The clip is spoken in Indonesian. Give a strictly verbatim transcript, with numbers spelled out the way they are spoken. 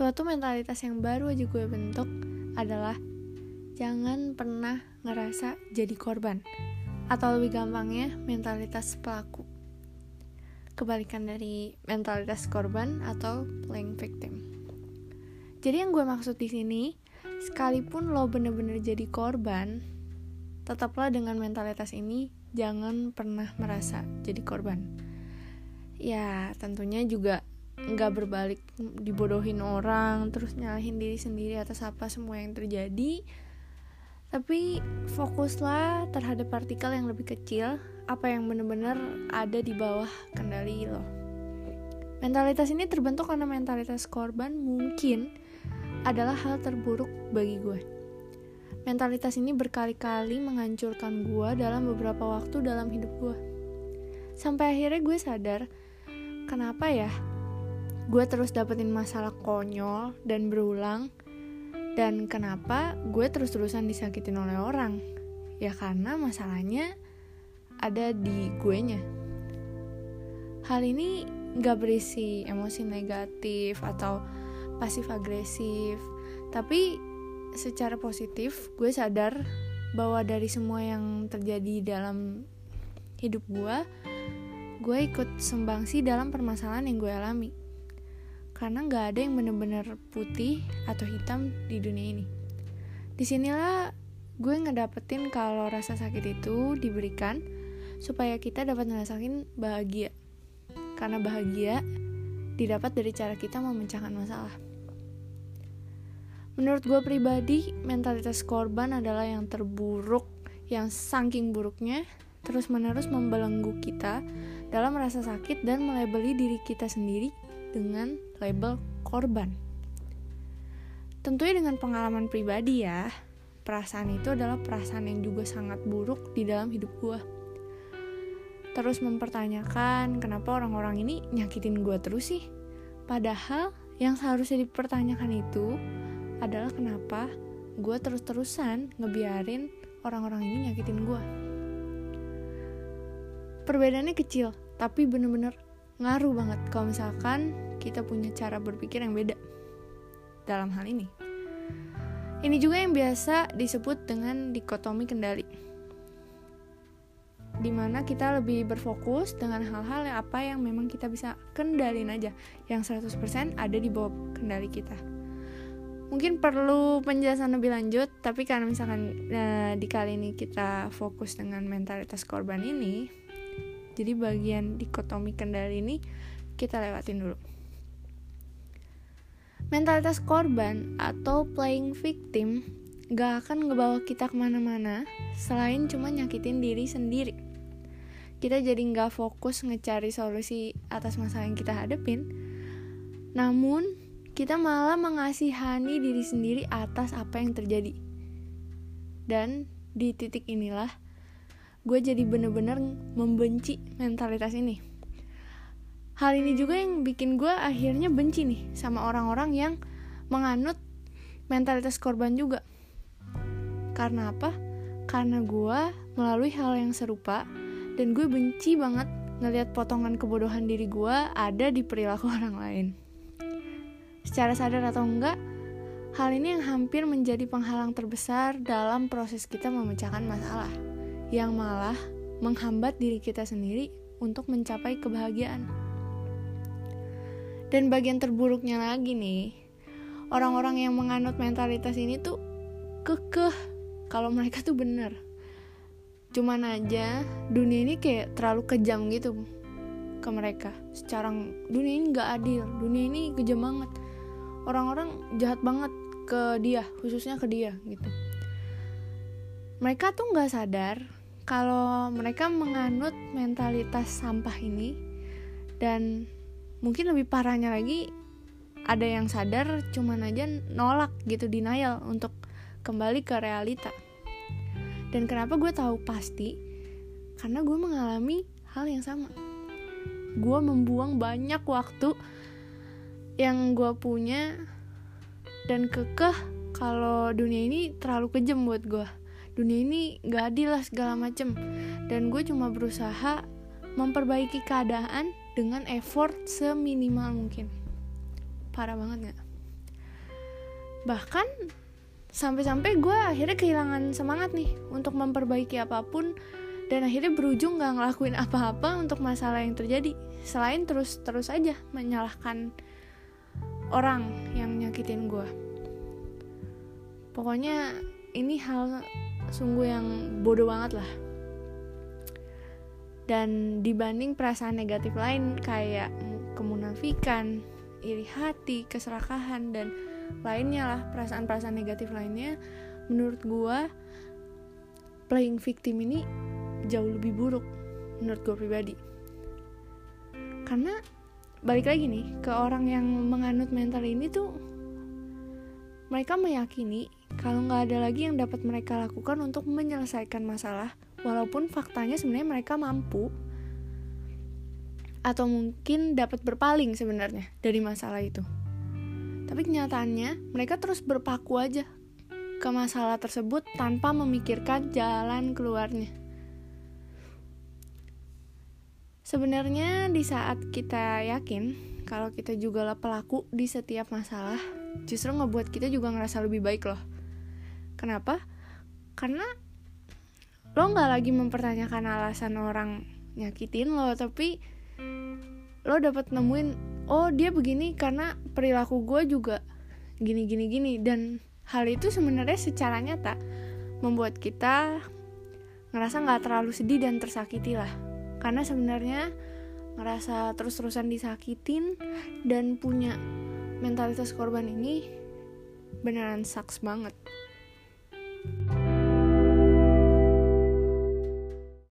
Suatu mentalitas yang baru aja gue bentuk adalah jangan pernah ngerasa jadi korban, atau lebih gampangnya mentalitas pelaku. Kebalikan dari mentalitas korban atau playing victim. Jadi yang gue maksud di sini, sekalipun lo bener-bener jadi korban, tetaplah dengan mentalitas ini jangan pernah merasa jadi korban. Ya tentunya juga nggak berbalik dibodohin orang terus nyalahin diri sendiri atas apa semua yang terjadi, tapi fokuslah terhadap partikel yang lebih kecil, apa yang benar-benar ada di bawah kendali lo. Mentalitas ini terbentuk karena mentalitas korban mungkin adalah hal terburuk bagi gue. Mentalitas ini berkali-kali menghancurkan gue dalam beberapa waktu dalam hidup gue, sampai akhirnya gue sadar kenapa ya gue terus dapetin masalah konyol dan berulang, dan kenapa gue terus-terusan disakitin oleh orang. Ya karena masalahnya ada di guenya. Hal ini gak berisi emosi negatif atau pasif agresif, tapi secara positif gue sadar bahwa dari semua yang terjadi dalam hidup gue, gue ikut sumbangsi dalam permasalahan yang gue alami. Karena gak ada yang benar-benar putih atau hitam di dunia ini. Disinilah gue ngedapetin kalau rasa sakit itu diberikan supaya kita dapat ngerasain bahagia. Karena bahagia didapat dari cara kita memecahkan masalah. Menurut gue pribadi, mentalitas korban adalah yang terburuk, yang saking buruknya terus-menerus membelenggu kita dalam rasa sakit dan melabeli diri kita sendiri dengan label korban. Tentunya dengan pengalaman pribadi ya, perasaan itu adalah perasaan yang juga sangat buruk di dalam hidup gue. Terus mempertanyakan kenapa orang-orang ini nyakitin gue terus sih. Padahal yang seharusnya dipertanyakan itu adalah kenapa gue terus-terusan ngebiarin orang-orang ini nyakitin gue. Perbedaannya kecil, tapi bener-bener ngaruh banget kalau misalkan kita punya cara berpikir yang beda dalam hal ini. Ini juga yang biasa disebut dengan dikotomi kendali, dimana kita lebih berfokus dengan hal-hal yang apa yang memang kita bisa kendalin aja, yang seratus persen ada di bawah kendali kita. Mungkin perlu penjelasan lebih lanjut, tapi karena misalkan nah, di kali ini kita fokus dengan mentalitas korban ini, jadi bagian dikotomi kendali ini kita lewatin dulu. Mentalitas korban atau playing victim gak akan ngebawa kita kemana-mana selain cuma nyakitin diri sendiri. Kita jadi gak fokus ngecari solusi atas masalah yang kita hadapin, namun kita malah mengasihani diri sendiri atas apa yang terjadi. Dan di titik inilah gue jadi bener-bener membenci mentalitas ini. Hal ini juga yang bikin gue akhirnya benci nih sama orang-orang yang menganut mentalitas korban juga. Karena apa? Karena gue melalui hal yang serupa, dan gue benci banget ngelihat potongan kebodohan diri gue ada di perilaku orang lain. Secara sadar atau enggak, hal ini yang hampir menjadi penghalang terbesar dalam proses kita memecahkan masalah, yang malah menghambat diri kita sendiri untuk mencapai kebahagiaan. Dan bagian terburuknya lagi nih, orang-orang yang menganut mentalitas ini tuh kekeh kalau mereka tuh benar. Cuman aja dunia ini kayak terlalu kejam gitu ke mereka. Secara dunia ini gak adil, dunia ini kejam banget. Orang-orang jahat banget ke dia, khususnya ke dia gitu. Mereka tuh gak sadar kalau mereka menganut mentalitas sampah ini, dan mungkin lebih parahnya lagi ada yang sadar cuman aja nolak gitu, denial untuk kembali ke realita. Dan kenapa gue tahu pasti? Karena gue mengalami hal yang sama. Gue membuang banyak waktu yang gue punya dan kekeh kalau dunia ini terlalu kejam buat gue. Dunia ini gak adil lah segala macem. Dan gue cuma berusaha memperbaiki keadaan dengan effort seminimal mungkin. Parah banget gak? Bahkan sampai-sampai gue akhirnya kehilangan semangat nih untuk memperbaiki apapun, dan akhirnya berujung gak ngelakuin apa-apa untuk masalah yang terjadi, selain terus-terus aja menyalahkan orang yang nyakitin gue. Pokoknya ini hal sungguh yang bodoh banget lah. Dan dibanding perasaan negatif lain kayak kemunafikan, iri hati, keserakahan, dan lainnya lah, perasaan-perasaan negatif lainnya, menurut gue playing victim ini jauh lebih buruk menurut gue pribadi. Karena balik lagi nih ke orang yang menganut mental ini tuh, mereka meyakini kalau gak ada lagi yang dapat mereka lakukan untuk menyelesaikan masalah, walaupun faktanya sebenarnya mereka mampu atau mungkin dapat berpaling sebenarnya dari masalah itu. Tapi kenyataannya mereka terus berpaku aja ke masalah tersebut tanpa memikirkan jalan keluarnya. Sebenarnya di saat kita yakin kalau kita juga lah pelaku di setiap masalah, justru ngebuat kita juga ngerasa lebih baik loh. Kenapa? Karena lo gak lagi mempertanyakan alasan orang nyakitin lo, tapi lo dapat nemuin, oh dia begini karena perilaku gue juga gini-gini-gini. Dan hal itu sebenarnya secara nyata membuat kita ngerasa gak terlalu sedih dan tersakiti lah. Karena sebenarnya ngerasa terus-terusan disakitin dan punya mentalitas korban ini beneran sucks banget.